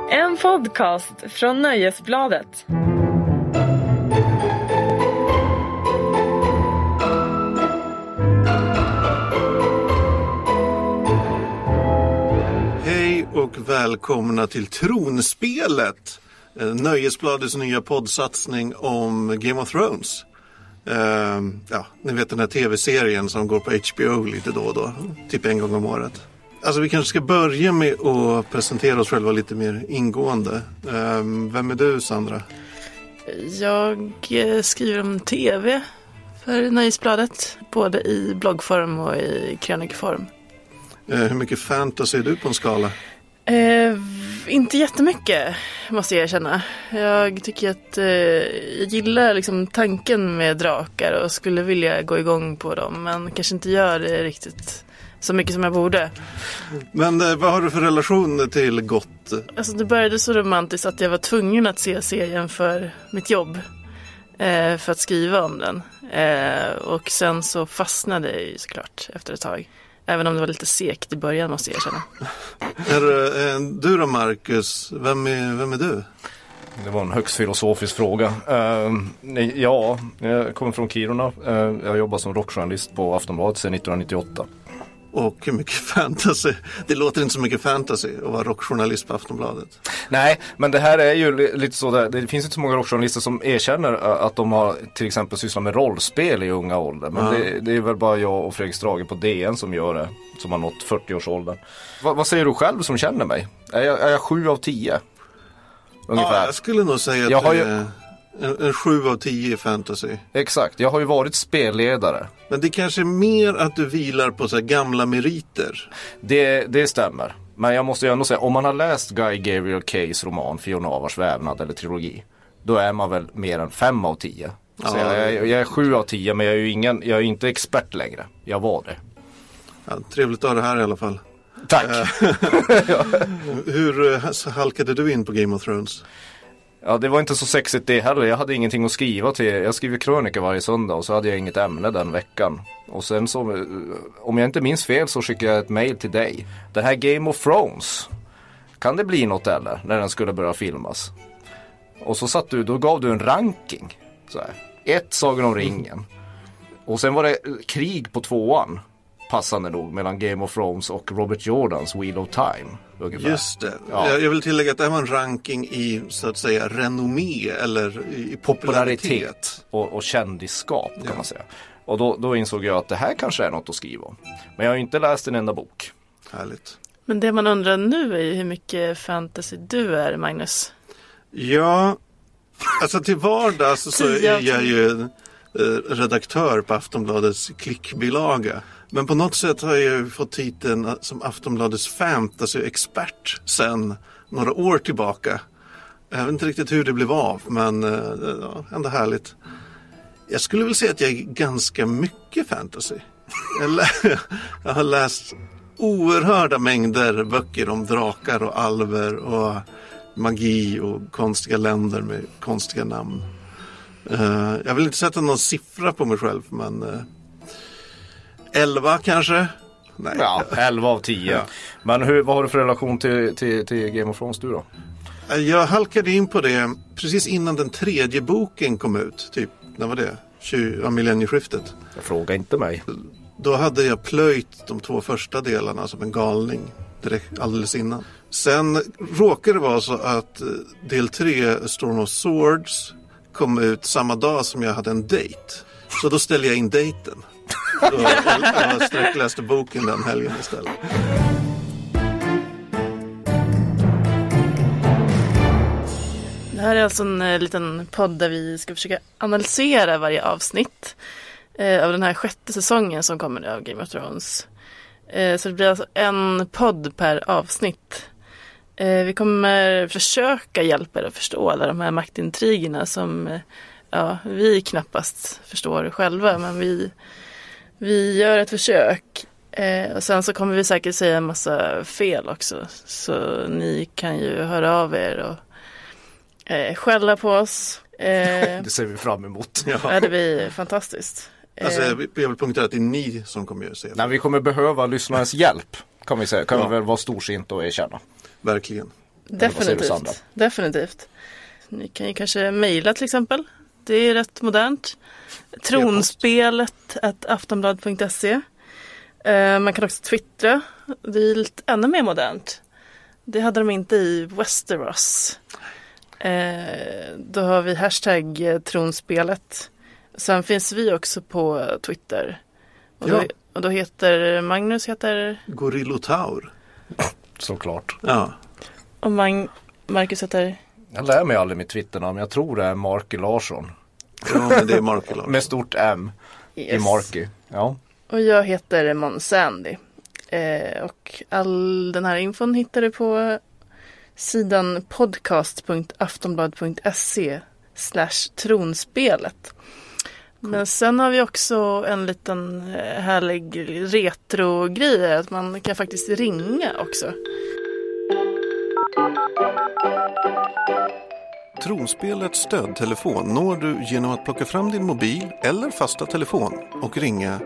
En podcast från Nöjesbladet. Hej och välkomna till Tronspelet. Nöjesbladets nya poddsatsning om Game of Thrones. Ni vet den här tv-serien som går på HBO lite då och då. Typ en gång om året. Alltså vi kanske ska börja med att presentera oss själva lite mer ingående. Vem är du, Sandra? Jag skriver om tv för Nöjesbladet. Både i bloggform och i krönikform. Hur mycket fantasy är du på en skala? Inte jättemycket, måste jag erkänna. Jag tycker att jag gillar liksom tanken med drakar och skulle vilja gå igång på dem. Men kanske inte gör det riktigt så mycket som jag borde. Men vad har du för relation till gott? Alltså det började så romantiskt att jag var tvungen att se serien för mitt jobb. För att skriva om den. Och sen så fastnade jag ju såklart efter ett tag. Även om det var lite segt i början, måste jag erkänna. Du då, Marcus? Vem är du? Det var en högst filosofisk fråga. Jag kommer från Kiruna. Jag jobbar som rockjournalist på Aftonbladet sedan 1998. Och hur mycket fantasy? Det låter inte så mycket fantasy att vara rockjournalist på Aftonbladet. Nej, men det här är ju lite så där. Det finns inte så många rockjournalister som erkänner att de har till exempel sysslat med rollspel i unga ålder. Men det är väl bara jag och Fredrik Strage på DN som gör det. Som har nått 40-årsåldern. Vad säger du själv som känner mig? Är jag 7 av 10? Ungefär. Ja, jag skulle nog säga att det är en 7 av 10 i fantasy. Exakt, jag har ju varit spelledare. Men det kanske är mer att du vilar på så här gamla meriter. Det stämmer. Men jag måste ju ändå säga, om man har läst Guy Gabriel Kays roman Fiona Avars vävnad eller trilogi, då är man väl mer än 5 av 10. Så jag är 7 av 10, men jag är ju inte expert längre. Jag var det. Ja, trevligt att ha det här i alla fall. Tack. Hur halkade du in på Game of Thrones? Ja, det var inte så sexigt det heller. Jag hade ingenting att skriva till. Jag skriver krönika varje söndag och så hade jag inget ämne den veckan. Och sen så, om jag inte minns fel, så skickade jag ett mejl till dig. Den här Game of Thrones, kan det bli något eller? När den skulle börja filmas. Och så då gav du en ranking. Så här. 1 Sagan om ringen. Och sen var det krig på 2:an. Passande nog mellan Game of Thrones och Robert Jordans Wheel of Time. Ungefär. Just det. Ja. Jag vill tillägga att det här var en ranking i, så att säga, renommé eller i popularitet. Och kändisskap kan man säga. Och då insåg jag att det här kanske är något att skriva om. Men jag har ju inte läst en enda bok. Härligt. Men det man undrar nu är ju hur mycket fantasy du är, Magnus. Ja, alltså till vardags så är jag ju redaktör på Aftonbladets klickbilaga. Men på något sätt har jag ju fått titeln som Aftonbladets fantasy-expert sedan några år tillbaka. Jag vet inte riktigt hur det blev av, men ändå härligt. Jag skulle väl säga att jag är ganska mycket fantasy. Jag har läst oerhörda mängder böcker om drakar och alver och magi och konstiga länder med konstiga namn. Jag vill inte sätta någon siffra på mig själv, men 11 kanske? Nej. Ja, 11 av 10. Ja. Men vad har du för relation till Game of Thrones du då? Jag halkade in på det precis innan den 3:e boken kom ut. Typ, när var det? Millennieskiftet. Jag frågar inte mig. Då hade jag plöjt de 2 första delarna som en galning. Direkt, alldeles innan. Sen råkade det vara så att del 3, Storm of Swords, kom ut samma dag som jag hade en dejt. Så då ställde jag in dejten. Jag sträckläste boken den helgen istället. Det här är alltså en liten podd där vi ska försöka analysera varje avsnitt av den här 6:e säsongen som kommer av Game of Thrones. Så det blir alltså en podd per avsnitt. Vi kommer försöka hjälpa er att förstå alla de här maktintrigerna som vi knappast förstår själva, men vi gör ett försök. Och sen så kommer vi säkert säga en massa fel också. Så ni kan ju höra av er och skälla på oss. Det ser vi fram emot. Ja, det blir fantastiskt. Alltså, jag vill punktera att det är ni som kommer att se. Nej, vi kommer behöva lyssnarens hjälp, kan vi säga. Kan vi väl vara storsint och erkänna. Verkligen. Definitivt. Ni kan ju kanske mejla till exempel. Det är rätt modernt. Tronspelet @aftonblad.se. Man kan också twittra. Det är lite ännu mer modernt. Det hade de inte i Westeros. Då har vi #tronspelet. Sen finns vi också på Twitter. Och då heter Magnus Gorillotaur. Såklart. Ja. Och Marcus heter... Jag lär mig aldrig mitt Twitternamn. Jag tror det är Marky Larsson. Ja, men det är Marky Larsson. Med stort M i Marky. Ja. Och jag heter Monsandy. Och all den här infon hittar du på sidan podcast.aftonblad.se/tronspelet. Men sen har vi också en liten härlig retro-grej att man kan faktiskt ringa också. Tronspelets stödtelefon når du genom att plocka fram din mobil eller fasta telefon och ringa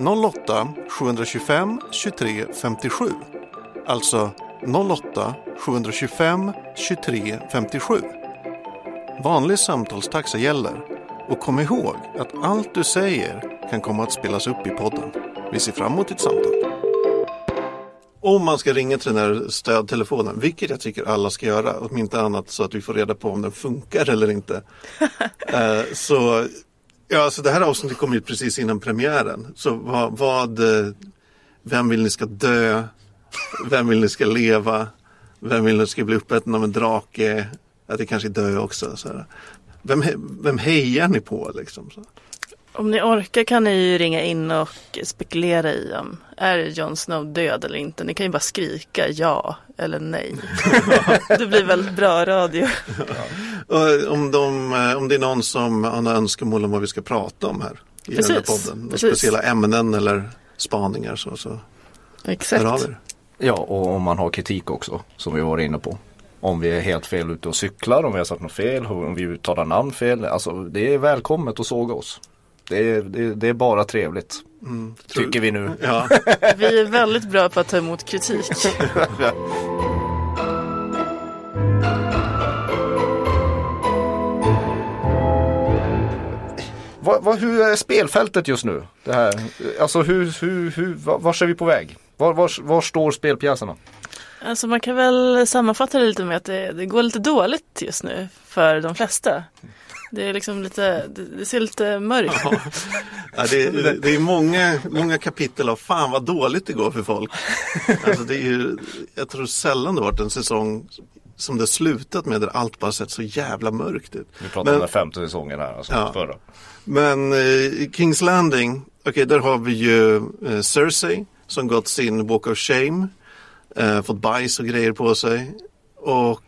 08-725 23 57. Alltså 08-725 23 57. Vanlig samtalstaxa gäller. Och kom ihåg att allt du säger kan komma att spelas upp i podden. Vi ser fram emot ditt samtal. Om man ska ringa till den här stödtelefonen, vilket jag tycker alla ska göra, om inte annat så att vi får reda på om den funkar eller inte. Så det här avsnittet kom ut precis innan premiären. Så vem vill ni ska dö? Vem vill ni ska leva? Vem vill ni ska bli uppäten av en drake? Att det kanske dö också. Så här. Vem hejar ni på liksom? Så. Om ni orkar kan ni ju ringa in och spekulera i om är Jon Snow död eller inte. Ni kan ju bara skrika ja eller nej. Det blir väldigt bra radio. Ja. Om det är någon som har några önskemål om vad vi ska prata om här i den här podden. Speciella ämnen eller spaningar så exakt. Ja, och om man har kritik också som vi var inne på. Om vi är helt fel ute och cyklar, om vi har sagt något fel, om vi uttalar namn fel. Alltså det är välkommet att såga oss. Det är bara trevligt. Tycker vi nu. Ja. Vi är väldigt bra på att ta emot kritik. Hur är spelfältet just nu? Det här? Alltså var är vi på väg? Var står spelpjäserna? Alltså man kan väl sammanfatta det lite med att det går lite dåligt just nu för de flesta. Det är liksom det ser lite mörkt. Ja, det är många kapitel av fan vad dåligt det går för folk. Alltså det är ju, jag tror sällan det har varit en säsong som det slutat med där allt bara sett så jävla mörkt ut. Vi pratar om den 5:e säsongen här, alltså förra. Men King's Landing, där har vi ju Cersei som gått sin walk of shame. Fått bajs och grejer på sig. Och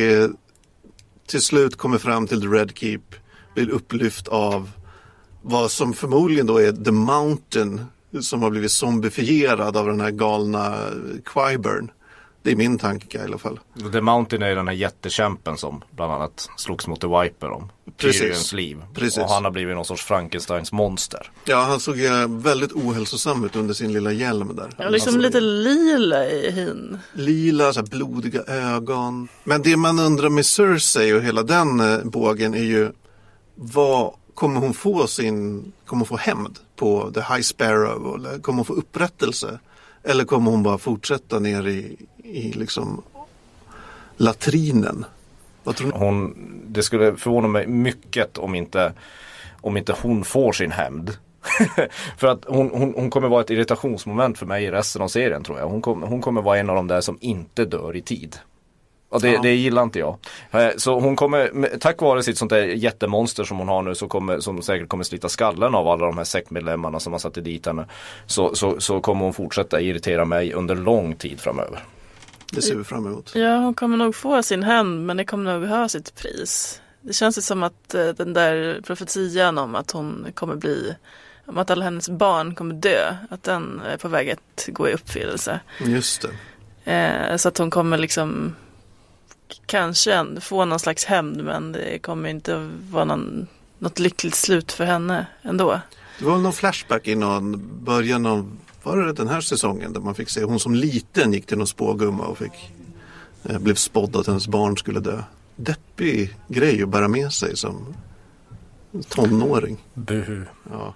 till slut kommer fram till The Red Keep. Blir upplyft av vad som förmodligen då är The Mountain. Som har blivit zombifierad av den här galna Qyburn. Det är min tanke i alla fall. The Mountain är den här jättekämpen som bland annat slogs mot The Viper om Tyrions liv. Precis. Och han har blivit någon sorts Frankensteins monster. Ja, han såg väldigt ohälsosam ut under sin lilla hjälm där. Ja, liksom lite lila i hyn. Lila, så här blodiga ögon. Men det man undrar med Cersei och hela den bågen är ju vad kommer hon få hämnd på The High Sparrow? Eller kommer hon få upprättelse? Eller kommer hon bara fortsätta ner i liksom latrinen? Vad tror ni? Det skulle förvåna mig mycket om inte hon får sin hämnd. För att hon kommer vara ett irritationsmoment för mig i resten av serien, tror jag. Hon kommer vara en av de där som inte dör i tid. Och det gillar inte jag. Så hon kommer, tack vare sitt sånt där jättemonster som hon har nu, som säkert kommer slita skallen av alla de här sektmedlemmarna som har satt dit henne, så kommer hon fortsätta irritera mig under lång tid framöver. Det ser vi fram emot. Ja, hon kommer nog få sin hämnd, men det kommer nog ha sitt pris. Det känns ju som att den där profetian om att hon kommer om att alla hennes barn kommer dö, att den är på väg att gå i uppfyllelse. Just det. Så att hon kommer liksom kanske få någon slags hämnd, men det kommer inte att vara något lyckligt slut för henne ändå. Det var någon flashback i början av, var det den här säsongen där man fick se hon som liten gick till någon spågumma och fick blev spådd att hennes barn skulle dö. Deppig grej att bära med sig som tonåring. Buhu. Ja.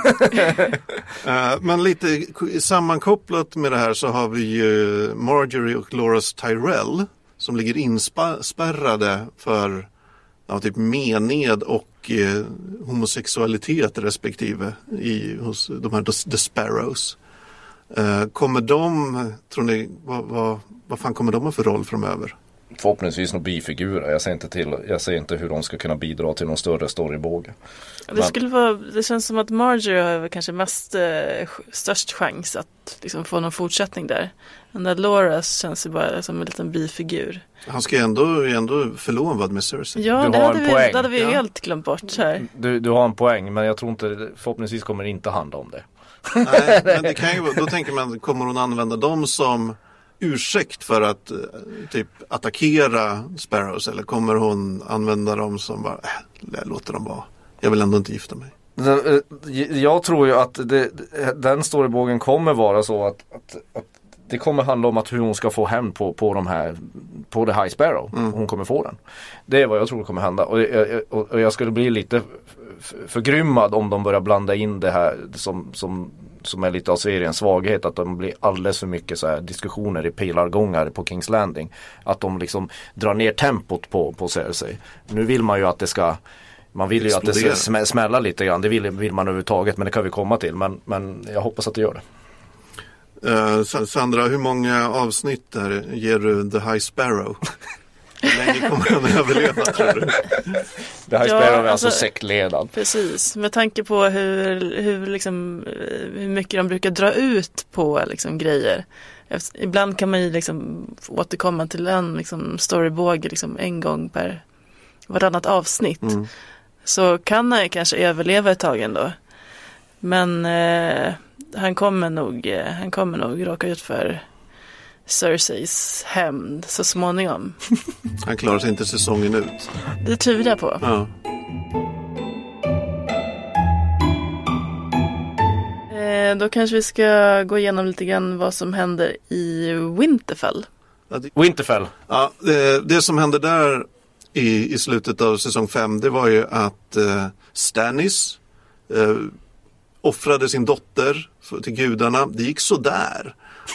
Men lite sammankopplat med det här så har vi ju Marjorie och Loras Tyrell som ligger inspärrade för typ mened och homosexualitet respektive hos de här The Sparrows. Kommer de, tror ni, vad fan kommer de ha för roll framöver? Förhoppningsvis några bifigurer. Jag ser inte hur de ska kunna bidra till någon större storybåge. Det känns som att Marjorie har kanske störst chans att liksom få någon fortsättning där. Den där Loras känns ju bara som en liten bifigur. Han ska ju ändå förlovad med Cersei. Ja, det hade vi helt glömt bort här. Du har en poäng, men jag tror inte, förhoppningsvis kommer det inte handla om det. Nej, men det kan ju, då tänker man, kommer hon använda dem som ursäkt för att typ attackera Sparrows, eller kommer hon använda dem som bara låter dem vara, jag vill ändå inte gifta mig? Jag tror ju att den storybågen kommer vara så att det kommer handla om att hur hon ska få hem på The High Sparrow. Hon kommer få den. Det är vad jag tror kommer hända. Och jag skulle bli lite förgrymmad om de börjar blanda in det här som är lite av seriens svaghet, att de blir alldeles för mycket så här diskussioner i pilargångar på King's Landing. Att de liksom drar ner tempot på Cersei. Nu vill man ju att det ska, man vill ju att det ska smälla lite grann. Det vill man överhuvudtaget, men det kan vi komma till. Men jag hoppas att det gör det. Sandra, hur många avsnitt där ger du The High Sparrow? Hur länge kommer han överleva, tror du? The High Sparrow är alltså sektledad. Precis, med tanke på hur mycket de brukar dra ut på liksom grejer. Ibland kan man ju liksom återkomma till en liksom storybåge liksom en gång per varannat avsnitt. Så kan han kanske överleva ett tag ändå. Men han kommer nog råka ut för Cerseis hämnd så småningom. Han klarar sig inte säsongen ut. Det tvivlar jag på. Ja. Då kanske vi ska gå igenom lite grann vad som händer i Winterfell. Winterfell. Ja, det som hände där i slutet av säsong 5, det var ju att Stannis offrade sin dotter till gudarna. Det gick så där.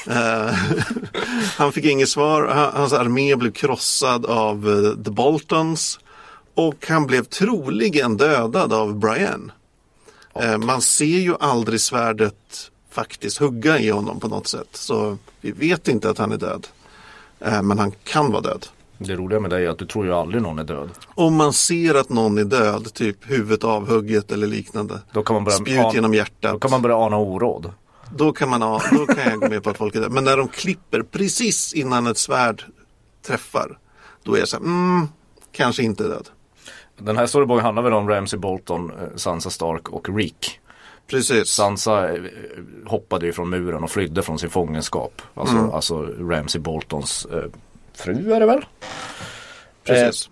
Han fick inget svar. Hans armé blev krossad av The Boltons och han blev troligen dödad av Brienne. Man ser ju aldrig svärdet faktiskt hugga i honom på något sätt, så vi vet inte att han är död. Men han kan vara död. Det roliga med dig är att du tror ju aldrig någon är död. Om man ser att någon är död, typ huvudet avhugget eller liknande, då kan man börja spjut genom hjärtat, då kan man börja ana oråd. Då kan jag gå med på att folk är död. Men när de klipper precis innan ett svärd träffar, då är jag så här, kanske inte död. Den här storybågen handlar väl om Ramsay Bolton, Sansa Stark och Reek. Precis. Sansa hoppade ju från muren och flydde från sin fångenskap. Alltså Ramsay Boltons fru är det väl? Precis.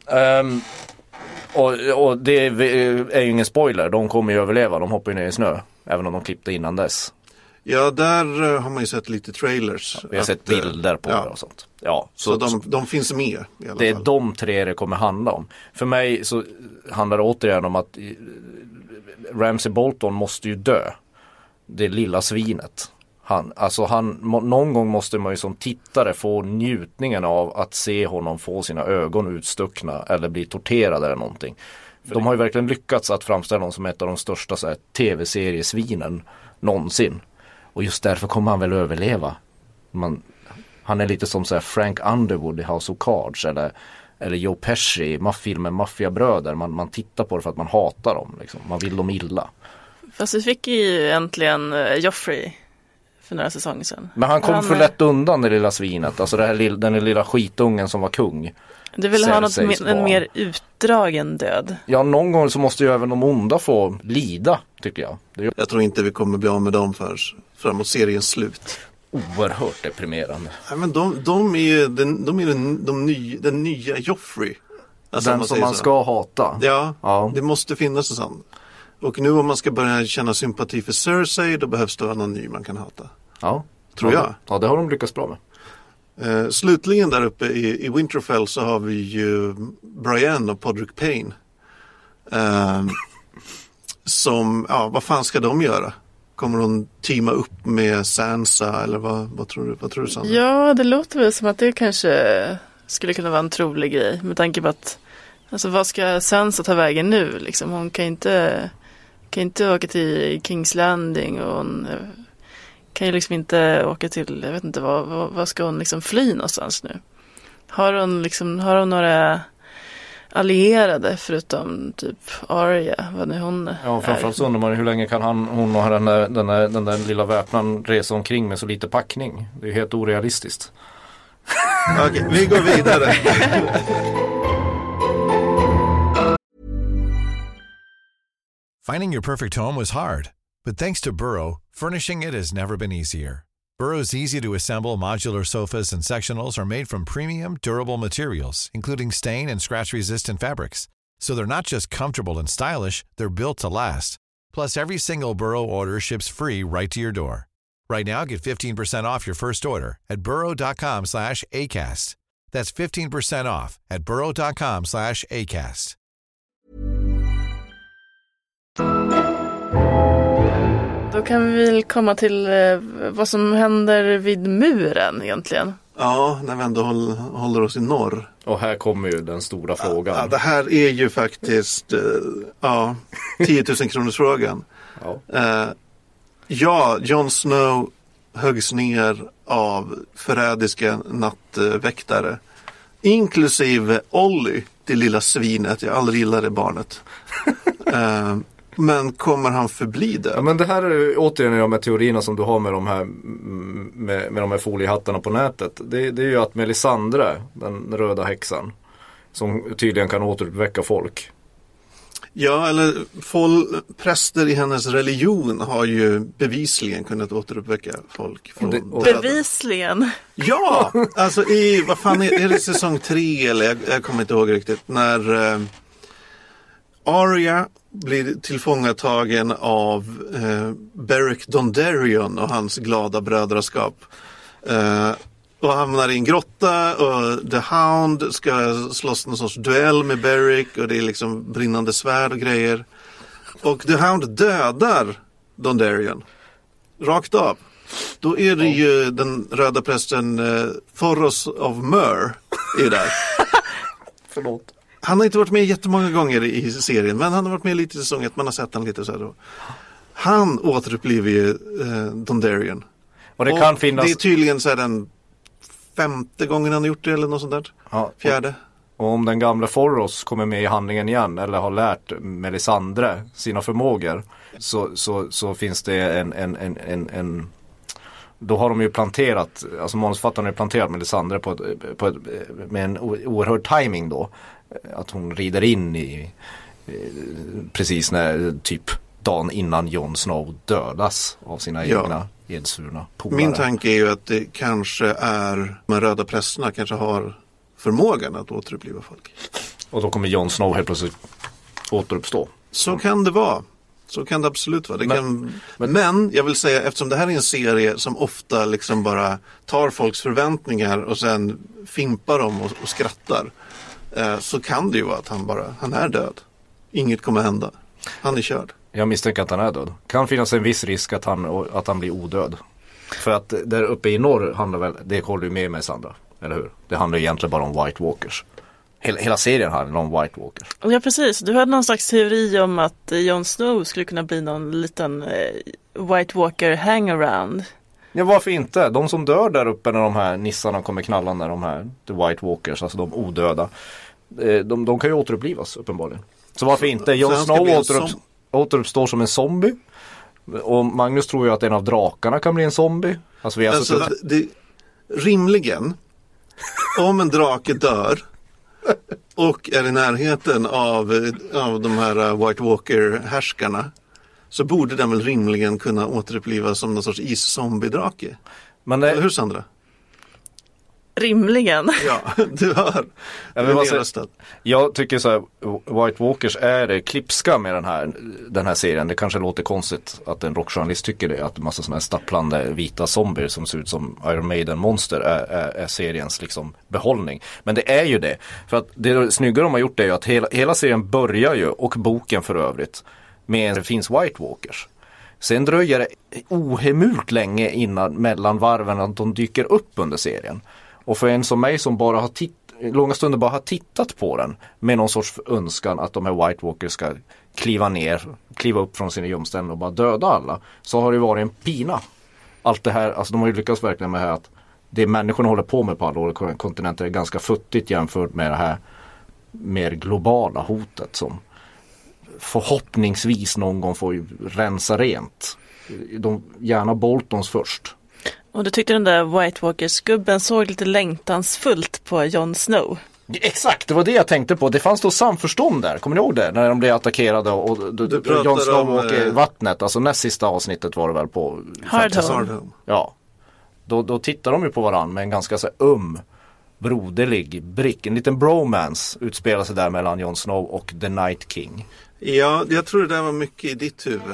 Och det är ju ingen spoiler. De kommer ju överleva. De hoppar ju ner i snö. Även om de klippte innan dess. Ja, där har man ju sett lite trailers. Ja, vi har sett bilder på det och sånt. Ja, så de finns med i alla fall. Det är de tre det kommer handla om. För mig så handlar det återigen om att Ramsay Bolton måste ju dö. Det lilla svinet. Någon gång måste man ju som tittare få njutningen av att se honom få sina ögon utstuckna eller bli torterad eller någonting. De har ju verkligen lyckats att framställa honom som ett av de största så här, tv-seriesvinen någonsin. Och just därför kommer han väl överleva. Han är lite som så här Frank Underwood i House of Cards eller Joe Pesci i filmen Maffiabröder. Man tittar på det för att man hatar dem. Liksom. Man vill dem illa. Fast vi fick ju äntligen Joffrey för några säsonger sedan. Men han kom för lätt undan det lilla svinet. Alltså den lilla skitungen som var kung. Du vill ha en mer utdragen död. Ja, någon gång så måste ju även de onda få lida, tycker jag. Jag tror inte vi kommer bli av med dem för framåt seriens slut. Oerhört deprimerande. Ja, men de är den nya Joffrey. Alltså, den som man ska hata. Ja, det måste finnas en sån. Och nu om man ska börja känna sympati för Cersei, då behövs det vara någon ny man kan hata. Ja. Tror jag. Ja, det har de lyckats bra med. Slutligen där uppe i Winterfell så har vi ju Brienne och Podrick Payne. Som, vad fan ska de göra? Kommer hon teama upp med Sansa eller vad tror du Sandra? Ja, det låter väl som att det kanske skulle kunna vara en trolig grej med tanke på att alltså vad ska Sansa ta vägen nu liksom? Hon kan inte åka till King's Landing och hon kan ju liksom inte åka till, jag vet inte vad ska hon liksom fly någonstans nu? Har hon några allierade förutom typ Arya, vad nu hon är? Ja, framförallt så undrar man hur länge kan hon och den där lilla väpnan resa omkring med så lite packning. Det är helt orealistiskt. Okej, vi går vidare. Finding your perfect home was hard, but thanks to Burrow, furnishing it has never been easier. Burrow's easy-to-assemble modular sofas and sectionals are made from premium, durable materials, including stain and scratch-resistant fabrics. So they're not just comfortable and stylish, they're built to last. Plus, every single Burrow order ships free right to your door. Right now, get 15% off your first order at burrow.com/ACAST. That's 15% off at burrow.com/ACAST. Då kan vi väl komma till vad som händer vid muren egentligen. Ja, när vi ändå håller oss i norr. Och här kommer ju den stora frågan. Ja, det här är ju faktiskt 10 000 kronors frågan. Jon Snow höggs ner av förrädiska nattväktare. Inklusive Olly, det lilla svinet. Jag aldrig gillade barnet. Men kommer han förbli det? Ja, men det här är återigen de här teorierna som du har med de här foliehattarna på nätet. Det är ju att Melisandre, den röda häxan, som tydligen kan återuppväcka folk. Ja, eller präster i hennes religion har ju bevisligen kunnat återuppväcka folk från döden. Bevisligen? Ja, alltså vad fan är det säsong 3 eller jag kommer inte ihåg riktigt. När Arya blir tillfångatagen av Beric Dondarrion och hans glada brödraskap. Och hamnar i en grotta och The Hound ska slåss någon sorts duell med Beric och det är liksom brinnande svärd och grejer. Och The Hound dödar Dondarrion. Rakt av. Då är det ju den röda prästen Thoros of Myr är där. Förlåt. Han har inte varit med jättemånga gånger i serien, men han har varit med lite i säsongen. Man har sett han lite så här då. Han återupplever ju Dondarrion. Och det kan finnas... Det är tydligen så här den 5:e gången han har gjort det eller något sånt där. Ja, 4:e. Och om den gamla Forros kommer med i handlingen igen eller har lärt Melisandre sina förmågor så finns det en då har de ju planterat, alltså manusförfattarna har ju planterat Melisandre med en oerhörd timing då. Att hon rider in i precis när typ dagen innan Jon Snow dödas av sina egna edsvurna polare. Min tanke är ju att det kanske är de röda prästerna kanske har förmågan att återuppliva folk. Och då kommer Jon Snow helt plötsligt återuppstå. Så kan det vara. Så kan det absolut vara. Men jag vill säga, eftersom det här är en serie som ofta liksom bara tar folks förväntningar och sen fimpar dem och skrattar, så kan det ju vara att han är död. Inget kommer hända. Han är körd. Jag misstänker att han är död. Kan finnas en viss risk att han blir odöd. För att där uppe i norr handlar väl, det håller ju med mig Sandra, eller hur? Det handlar egentligen bara om White Walkers. Hela serien handlar om White Walkers. Ja, precis. Du hade någon slags teori om att Jon Snow skulle kunna bli någon liten White Walker hangaround. Ja, varför inte? De som dör där uppe när de här nissarna kommer knallande, de här The White Walkers, alltså de odöda, de kan ju återupplivas uppenbarligen. Så varför inte? Jon Snow återuppstår som en zombie. Och Magnus tror ju att en av drakarna kan bli en zombie. Alltså, rimligen, om en drake dör och är i närheten av de här White Walker-härskarna, så borde den väl rimligen kunna återupplivas som någon sorts is-zombie-drake. Men hur, Sandra? rimligen. Ja, du hör. Jag tycker så här, White Walkers är klipska med den här serien. Det kanske låter konstigt att en rockjournalist tycker det, att en massa sådana här stapplande vita zombier som ser ut som Iron Maiden-monster är seriens liksom behållning. Men det är ju det. För att det snygga de har gjort är ju att hela serien börjar ju, och boken för övrigt, med det finns White Walkers. Sen dröjer det ohemult länge innan mellan varven att de dyker upp under serien. Och för en som mig som bara har långa stunder bara har tittat på den med någon sorts önskan att de här White Walkers ska kliva upp från sina gömställen och bara döda alla, så har det varit en pina. Allt det här, alltså de har ju lyckats verkligen med det här att det människorna håller på med på alla olika kontinenter är ganska futtigt jämfört med det här mer globala hotet som förhoppningsvis någon gång får rensa rent. Gärna Boltons först. Och du tyckte den där White Walkers-gubben såg lite längtansfullt på Jon Snow. Exakt, det var det jag tänkte på. Det fanns då samförstånd där. Kommer ni ihåg det? När de blev attackerade och Jon Snow åker i vattnet. Alltså näst sista avsnittet var det väl på Hardhome. Ja. Då tittar de ju på varandra med en ganska så broderlig brick. En liten bromance utspelar sig där mellan Jon Snow och The Night King. Ja, jag tror det där var mycket i ditt huvud.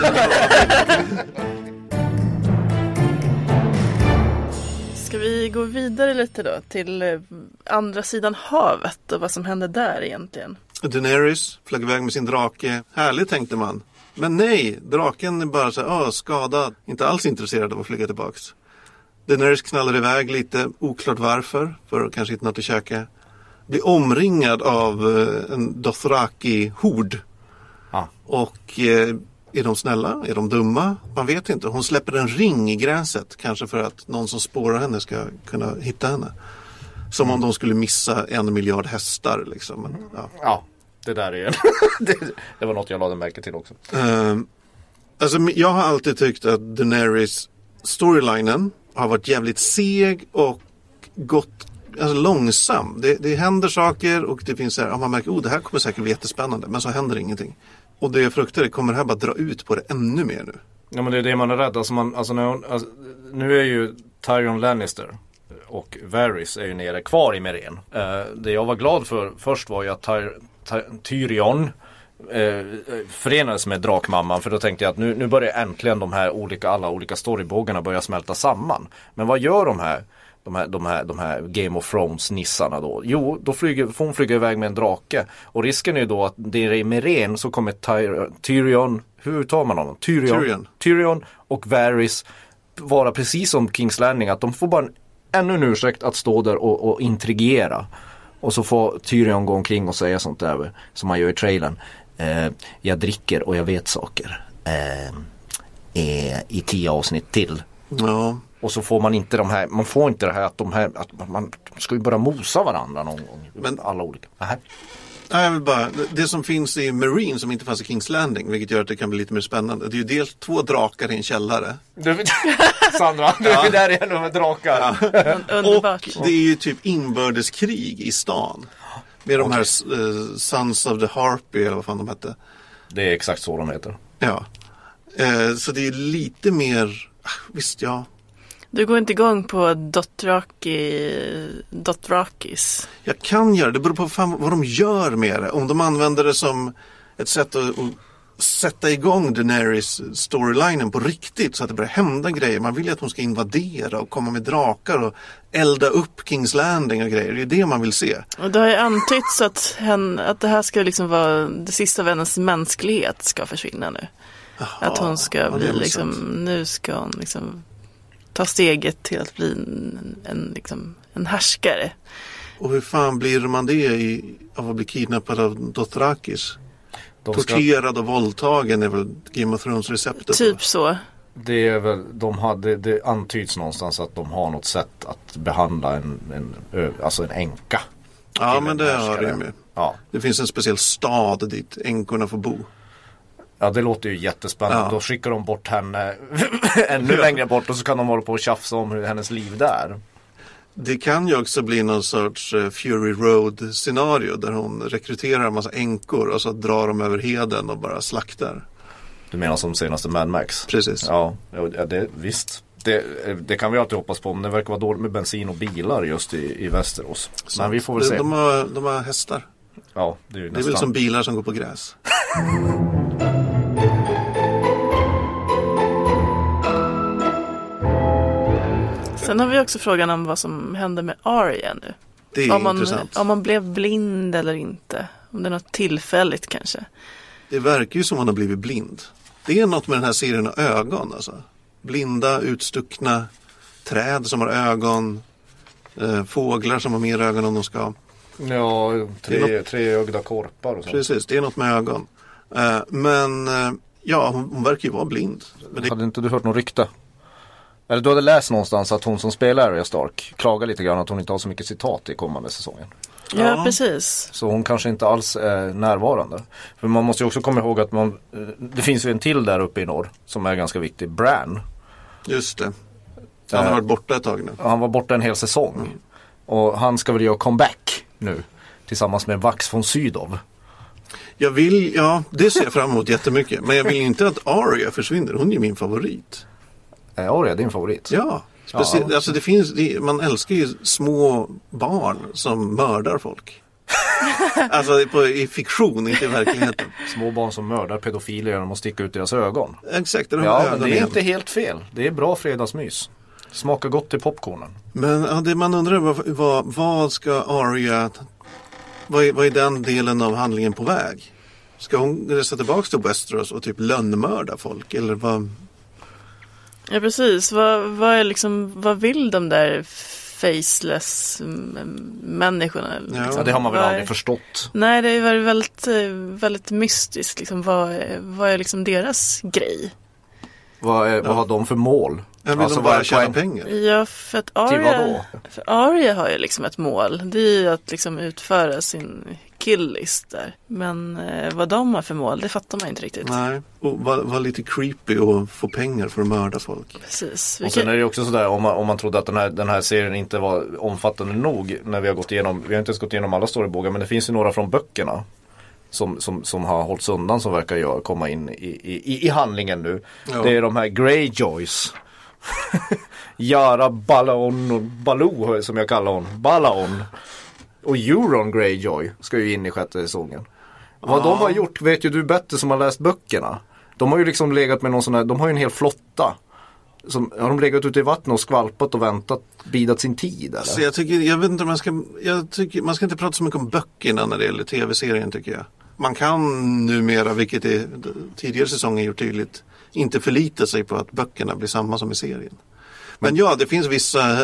Ska vi gå vidare lite då till andra sidan havet och vad som hände där egentligen? Daenerys flög iväg med sin drake. Härligt, tänkte man. Men nej, draken är bara så här, skadad. Inte alls intresserad av att flyga tillbaks. Daenerys knallar iväg lite, oklart varför. För att kanske hitta något att käka. Blir omringad av en Dothraki-hord. Ah. Och är de snälla? Är de dumma? Man vet inte. Hon släpper en ring i gräset. Kanske för att någon som spårar henne ska kunna hitta henne. Som om de skulle missa 1 miljard hästar. Liksom. Men, ja, det där är det var något jag lade märke till också. Alltså, jag har alltid tyckt att Daenerys storylinen har varit jävligt seg och gått långsam. Det händer saker och det finns så här, man märker, det här kommer säkert bli jättespännande, men så händer ingenting. Och det jag fruktar, kommer det här bara dra ut på det ännu mer nu. Ja, men det är det man är rädd. Nu är ju Tyrion Lannister och Varys är ju nere kvar i Meereen. Det jag var glad för först var ju att Tyrion förenades med drakmamman, för då tänkte jag att nu börjar äntligen de här alla olika storybågarna börja smälta samman. Men vad gör de här Game of Thrones nissarna då? Jo, då får hon flyga iväg med en drake. Och risken är ju då att det är i Meereen så kommer Tyrion, hur tar man honom? Tyrion och Varys vara precis som King's Landing, att de får bara ännu en ursäkt att stå där och intrigera. Och så får Tyrion gå omkring och säga sånt där som man gör i trailern. Jag dricker och jag vet saker. I 10 avsnitt till. Ja. Och så får man inte man får inte det här att man ska ju bara mosa varandra någon gång. Men alla olika. Jag vill bara, det som finns i Meereen som inte fanns i King's Landing, vilket gör att det kan bli lite mer spännande. Det är ju dels 2 drakar i en källare. Sandra, du är där igen med drakar. Ja. Och det är ju typ inbördeskrig i stan. Med de här Sons of the Harpy eller vad fan de hette. Det är exakt så de heter. Ja. Så det är lite mer, visst ja. Du går inte igång på Dothrakis? Jag kan göra det, beror på vad de gör med det. Om de använder det som ett sätt att sätta igång Daenerys storylinen på riktigt så att det börjar hända grejer. Man vill ju att hon ska invadera och komma med drakar och elda upp King's Landing och grejer. Det är det man vill se. Och det har ju antytts att det här ska liksom vara det sista av hennes mänsklighet ska försvinna nu. Aha, att hon ska bli liksom, nu ska hon liksom ta steget till att bli en härskare. Och hur fan blir man det av att bli kidnappad av Dothrakis? Torterad och våldtagen är väl Game of Thrones receptet? Typ så. Det är väl, det antyds någonstans att de har något sätt att behandla en änka. Ja, men det har det med. Ja. Det finns en speciell stad dit änkorna får bo. Ja, det låter ju jättespännande. Ja. Då skickar de bort henne ännu längre bort och så kan de hålla på och tjafsa om hennes liv där. Det kan ju också bli någon sorts Fury Road-scenario där hon rekryterar en massa änkor och så drar de över heden och bara slaktar. Du menar som senaste Mad Max? Precis. Ja, det, visst. Det kan vi alltid hoppas på, men det verkar vara dåligt med bensin och bilar just i Västerås. Men vi får väl se. De har hästar. Ja, det är ju nästan. Det är väl som bilar som går på gräs. Sen har vi också frågan om vad som händer med Arya nu. Det är intressant. Om man blev blind eller inte. Om det är något tillfälligt kanske. Det verkar ju som man har blivit blind. Det är något med den här serien av ögon. Alltså. Blinda, utstuckna träd som har ögon. Fåglar som har mer ögon än de ska. Ja, treögda korpar och så. Precis, det är något med ögon. Men hon verkar ju vara blind. Men Hade inte du hört någon rykte? Eller du hade läst någonstans att hon som spelar Arya Stark klagar lite grann att hon inte har så mycket citat i kommande säsongen. Ja, precis. Så hon kanske inte alls är närvarande. För man måste ju också komma ihåg att det finns ju en till där uppe i norr som är ganska viktig. Bran. Just det. Han har varit borta ett tag nu. Han var borta en hel säsong. Och han ska väl göra comeback nu tillsammans med Vax von Sydow. Det ser jag fram emot jättemycket. Men jag vill inte att Arya försvinner. Hon är min favorit. Är Arya din favorit? Ja. Alltså man älskar ju små barn som mördar folk. Alltså i fiktion, inte i verkligheten. Små barn som mördar pedofiler genom att sticka ut deras ögon. Exakt. Men det är inte helt fel. Det är bra fredagsmys. Smakar gott till popcornen. Men det man undrar vad ska Arya... Vad är den delen av handlingen på väg? Ska hon resa tillbaka till Westeros och typ lönnmörda folk? Eller vad... Ja, precis. Vad vill de där faceless människorna? Ja, det har man väl aldrig förstått. Nej, det är väldigt, väldigt mystiskt. Liksom, vad är liksom deras grej? Vad har de för mål? Vill de bara tjäna pengar? Ja, för att Arya har ju liksom ett mål. Det är ju att liksom utföra sin killlist där. Men vad de har för mål, det fattar man inte riktigt. Nej, och vara lite creepy och få pengar för att mörda folk. Precis. Och sen är det också sådär, om man trodde att den här serien inte var omfattande nog när vi har inte ens gått igenom alla storybågar, men det finns ju några från böckerna som har hållits undan som verkar komma in i handlingen nu. Ja. Det är de här Greyjoys. Yara Balaon och Baloo som jag kallar hon. Balaon. Och Euron Greyjoy ska ju in i 6:e säsongen. Vad de har gjort vet ju du bättre som har läst böckerna. De har ju liksom legat med någon sån här, de har ju en hel flotta. Har de legat ute i vattnet och skvalpat och väntat, bidat sin tid eller? Så jag vet inte, man ska inte prata så mycket om böckerna när det gäller tv-serien tycker jag. Man kan numera, vilket är tidigare säsonger gjort tydligt, inte förlita sig på att böckerna blir samma som i serien. Men ja, det finns vissa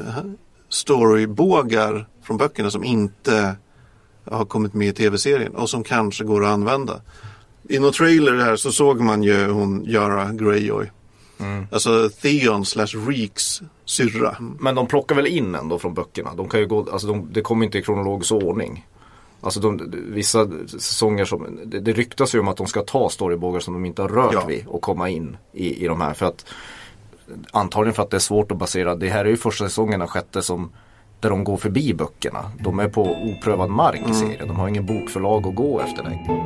storybågar från böckerna som inte har kommit med i tv-serien och som kanske går att använda. I någon trailer här så såg man ju hon Yara Greyjoy. Alltså Theon / Reeks syrra. Men de plockar väl in ändå från böckerna. De kan ju gå, alltså det kommer inte i kronologisk ordning. Alltså vissa säsonger som det ryktas ju om att de ska ta storybågar som de inte har rört vid och komma in i de här, för att antagligen för att det är svårt att basera. Det här är ju första säsongerna 6:e där de går förbi böckerna. De är på oprövad mark i serien. De har ingen bokförlag att gå efter längre.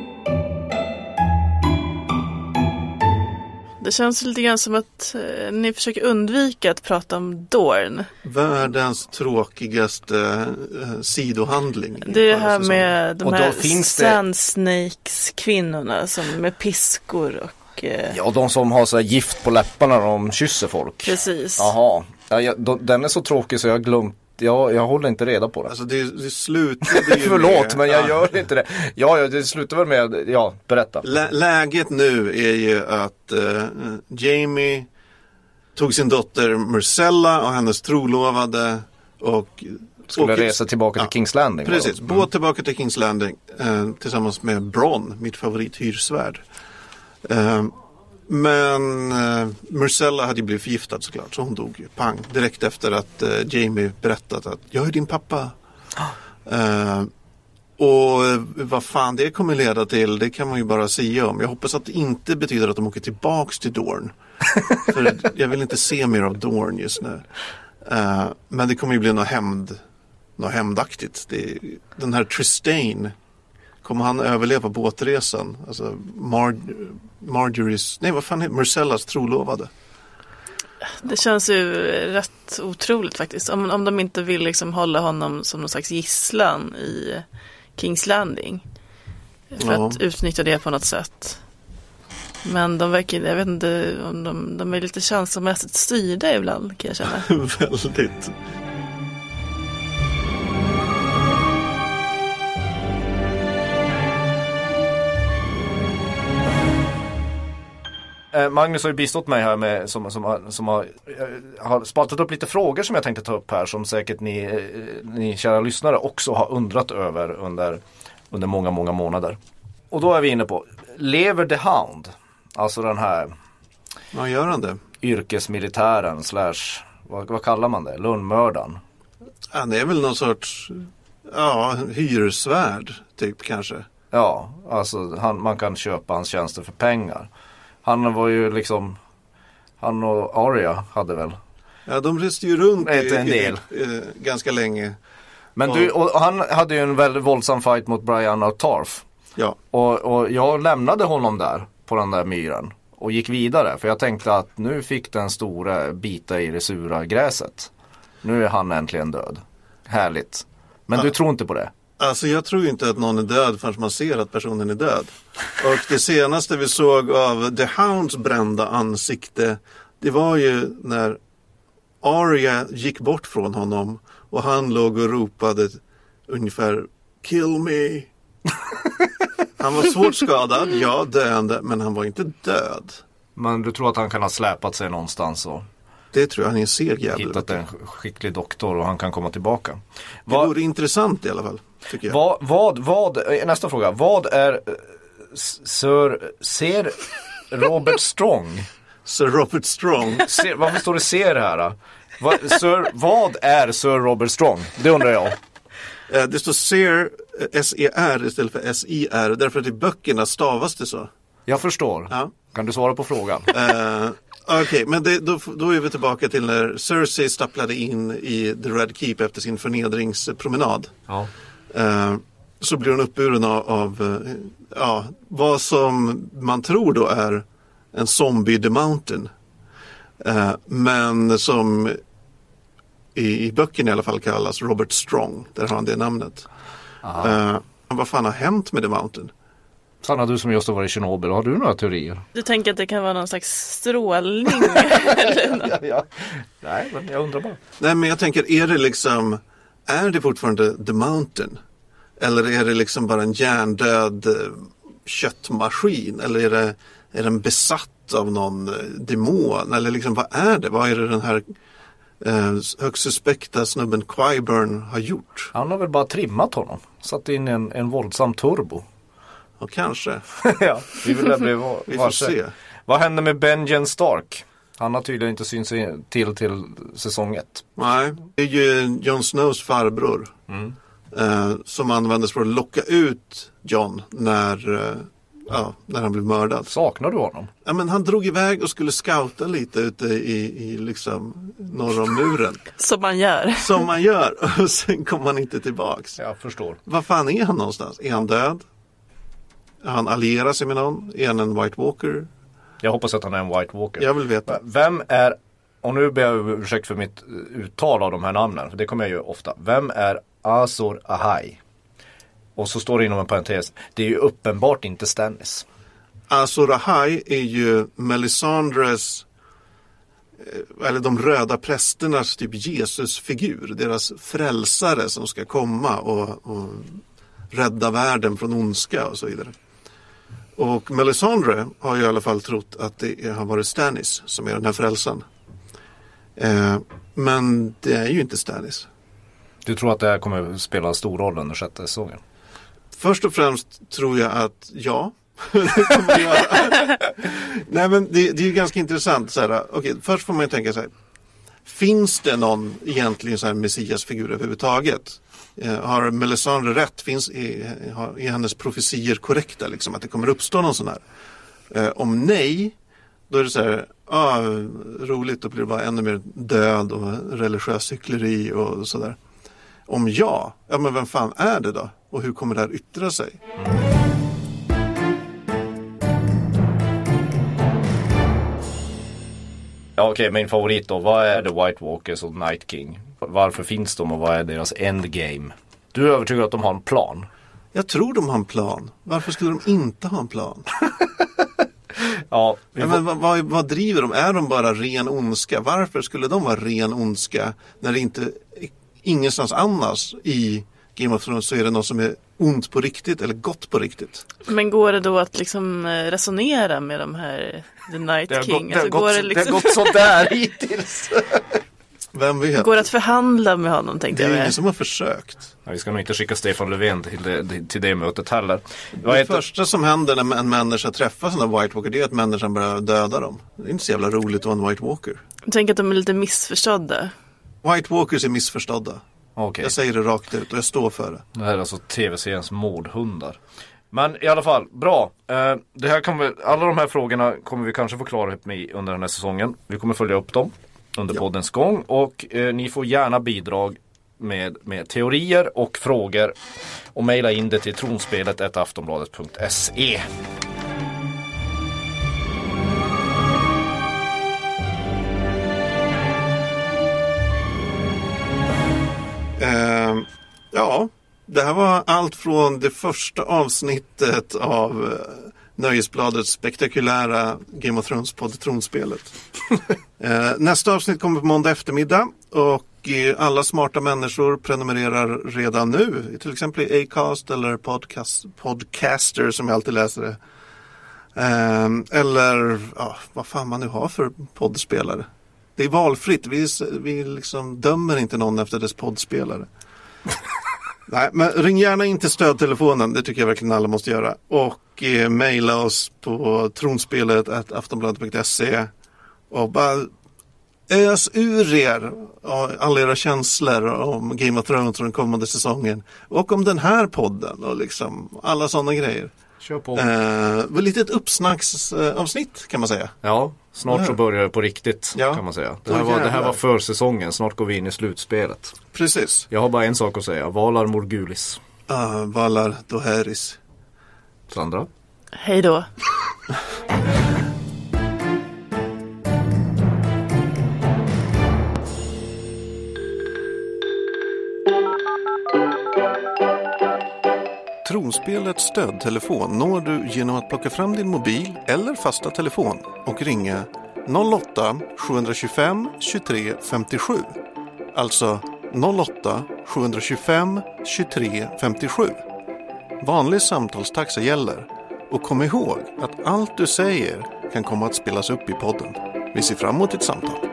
Det känns lite grann som att ni försöker undvika att prata om Dorne. Världens tråkigaste sidohandling. Det är det här med de här Sand Snakes kvinnorna som med piskor och... Ja, de som har så här gift på läpparna när de kysser folk. Precis. Jaha. Den är så tråkig så jag har glömt. Jag håller inte reda på det. Alltså det slutade ju förlåt, men jag gör inte det. Ja, det slutar väl med, berätta. Läget nu är ju att Jaime tog sin dotter Myrcella och hennes trolovade och skulle resa tillbaka till King's Landing. Precis, båt tillbaka till King's Landing tillsammans med Bronn, mitt favorithyrsvärd. Men Myrcella hade ju blivit förgiftad såklart, så hon dog ju pang direkt efter att Jaime berättat att jag är din pappa. Och vad fan det kommer leda till, det kan man ju bara säga om. Jag hoppas att det inte betyder att de åker tillbaks till Dorne. För jag vill inte se mer av Dorne just nu. Men det kommer ju bli något hämndaktigt. Den här Trystane, kommer han överleva båtresan? Alltså Marjorie's, nej vad fan heter Myrcellas trolovade. Det känns ju rätt otroligt faktiskt. Om de inte vill liksom hålla honom som någon slags gisslan i King's Landing. För att utnyttja det på något sätt. Men de verkar, jag vet inte om de är lite känslomässigt styrda ibland, kan jag känna. Väldigt. Magnus har ju bistått mig här med som har spaltat upp lite frågor som jag tänkte ta upp här, som säkert ni kära lyssnare också har undrat över under många månader. Och då är vi inne på, lever The Hound? Alltså den här Vad gör han det? yrkesmilitären / vad kallar man det? Lönnmördaren. Han är väl någon sorts hyresvärd typ kanske. Ja, alltså man kan köpa hans tjänster för pengar. Han var ju liksom, han och Arya hade väl. Ja, de reste ju runt en del. Ganska länge. Men och han hade ju en väldigt våldsam fight mot Brian av Tarth. Ja. Och jag lämnade honom där på den där myren och gick vidare. För jag tänkte att nu fick den stora bita i det sura gräset. Nu är han äntligen död. Härligt. Men du tror inte på det? Alltså jag tror inte att någon är död förrän man ser att personen är död. Och det senaste vi såg av The Hounds brända ansikte, det var ju när Arya gick bort från honom och han låg och ropade ungefär "Kill me". Han var svårt skadad, ja, döende, men han var inte död. Men du tror att han kan ha släpat sig någonstans och det tror jag, han är en segjävel. Hittat en skicklig doktor och han kan komma tillbaka. Det vore intressant i alla fall, tycker jag. Nästa fråga. Vad är Sir Robert Strong? Sir Robert Strong. Varför står det ser här? Vad är Sir Robert Strong? Det undrar jag. Det står Sir S-E-R istället för S-I-R, därför att i böckerna stavas det så. Jag förstår. Ja. Kan du svara på frågan? Okej, men då är vi tillbaka till när Cersei stapplade in i The Red Keep efter sin förnedringspromenad. Ja. Så blir hon uppburen av vad som man tror då är en zombie the mountain. Men som i böckerna i alla fall kallas Robert Strong. Där har han det namnet. Vad fan har hänt med the mountain? Sanna, du som just har varit i Tjernobyl, har du några teorier? Du tänker att det kan vara någon slags strålning? Ja. Nej, men jag undrar bara. Nej, men jag tänker, är det fortfarande the mountain? Eller är det liksom bara en hjärndöd köttmaskin? Eller är den besatt av någon demon? Eller liksom, vad är det? Vad är det den här högst suspekta snubben Qyburn har gjort? Han har väl bara trimmat honom. Satt in en våldsam turbo. Och kanske. Ja, vi vill vi får se. Vad händer med Benjen Stark? Han har tydligen inte synts till säsong 1. Nej, det är ju Jon Snows farbror. Som användes för att locka ut Jon när han blev mördad. Saknar du honom? Ja, men han drog iväg och skulle scouta lite ute i liksom norr om muren. Som man gör. Och sen kom han inte tillbaks. Jag förstår. Vad fan är han någonstans? Är han död? Han allierar sig med någon? Är han en White Walker? Jag hoppas att han är en White Walker. Jag vill veta. Vem är, och nu ber jag ursäkt för mitt uttal av de här namnen, för det kommer jag ju ofta. Vem är Azor Ahai? Och så står det inom en parentes, det är ju uppenbart inte Stannis. Azor Ahai är ju Melisandres, eller de röda prästernas typ Jesusfigur. Deras frälsare som ska komma och rädda världen från ondska och så vidare. Och Melisandre har ju i alla fall trott att det har varit Stannis som är den här frälsan. Men det är ju inte Stannis. Du tror att det här kommer att spela en stor roll under 6:e säsongen? Först och främst tror jag att ja. Det kommer det göra. Nej, men det är ju ganska intressant. Okej, först får man ju tänka så här. Finns det någon egentligen så här messiasfigur överhuvudtaget? Har Melisandre rätt? Är hennes profetier korrekta? Liksom, att det kommer uppstå någon sån här? Om nej, då är det så här, roligt, då blir det bara ännu mer död och religiös hyckleri och sådär. Om ja, men vem fan är det då? Och hur kommer det här yttra sig? Ja, okej, min favorit då. Vad är The White Walkers och Night King? Varför finns de och vad är deras endgame? Du är övertygad att de har en plan? Jag tror de har en plan. Varför skulle de inte ha en plan? Ja, men vad driver de? Är de bara ren ondska? Varför skulle de vara ren ondska när det inte ingenstans annars i Game of Thrones så är det något som är ont på riktigt eller gott på riktigt? Men går det då att liksom resonera med de här The Night King? Det har gått sådär hittills. Vem vet? Går det att förhandla med honom, tänkte jag. Det är ingen som har försökt. Ja, vi ska nog inte skicka Stefan Löfven till det mötet heller. Det första som händer när en människa träffar sådana White Walker, det är att människan börjar döda dem. Det är inte så jävla roligt att vara en White Walker. Jag tänker att de är lite missförstådda. White Walkers är missförstådda. Okay. Jag säger det rakt ut och jag står för det. Det här är alltså tv-seriens mordhundar. Men i alla fall, bra. Det här alla de här frågorna kommer vi kanske få klarhet med under den här säsongen. Vi kommer följa upp dem under poddens gång. Och ni får gärna bidrag med teorier och frågor. Och mejla in det till tronspelet@aftonbladet.se. Ja, det här var allt från det första avsnittet av Nöjesbladets spektakulära Game of Thrones-podd Tronspelet. Nästa avsnitt kommer på måndag eftermiddag och alla smarta människor prenumererar redan nu. Till exempel i Acast eller Podcaster som jag alltid läser det. Eller vad fan man nu har för poddspelare. Det är valfritt. Vi liksom dömer inte någon efter dess poddspelare. Nej, men ring gärna in till stödtelefonen. Det tycker jag verkligen alla måste göra. Och mejla oss på tronspelet@aftonbladet.se och bara ös ur er alla era känslor om Game of Thrones och den kommande säsongen. Och om den här podden och liksom alla sådana grejer. Kör på. Lite ett uppsnacksavsnitt kan man säga. Ja, snart så börjar det på riktigt kan man säga. Det här var försäsongen, snart går vi in i slutspelet. Precis. Jag har bara en sak att säga, Valar Morgulis. Valar Dohaeris. Sandra? Hej då. Tronspelets stödtelefon når du genom att plocka fram din mobil eller fasta telefon och ringa 08-725 23 57. Alltså 08-725 23 57. Vanlig samtalstaxa gäller och kom ihåg att allt du säger kan komma att spelas upp i podden. Vi ser fram emot ett samtal.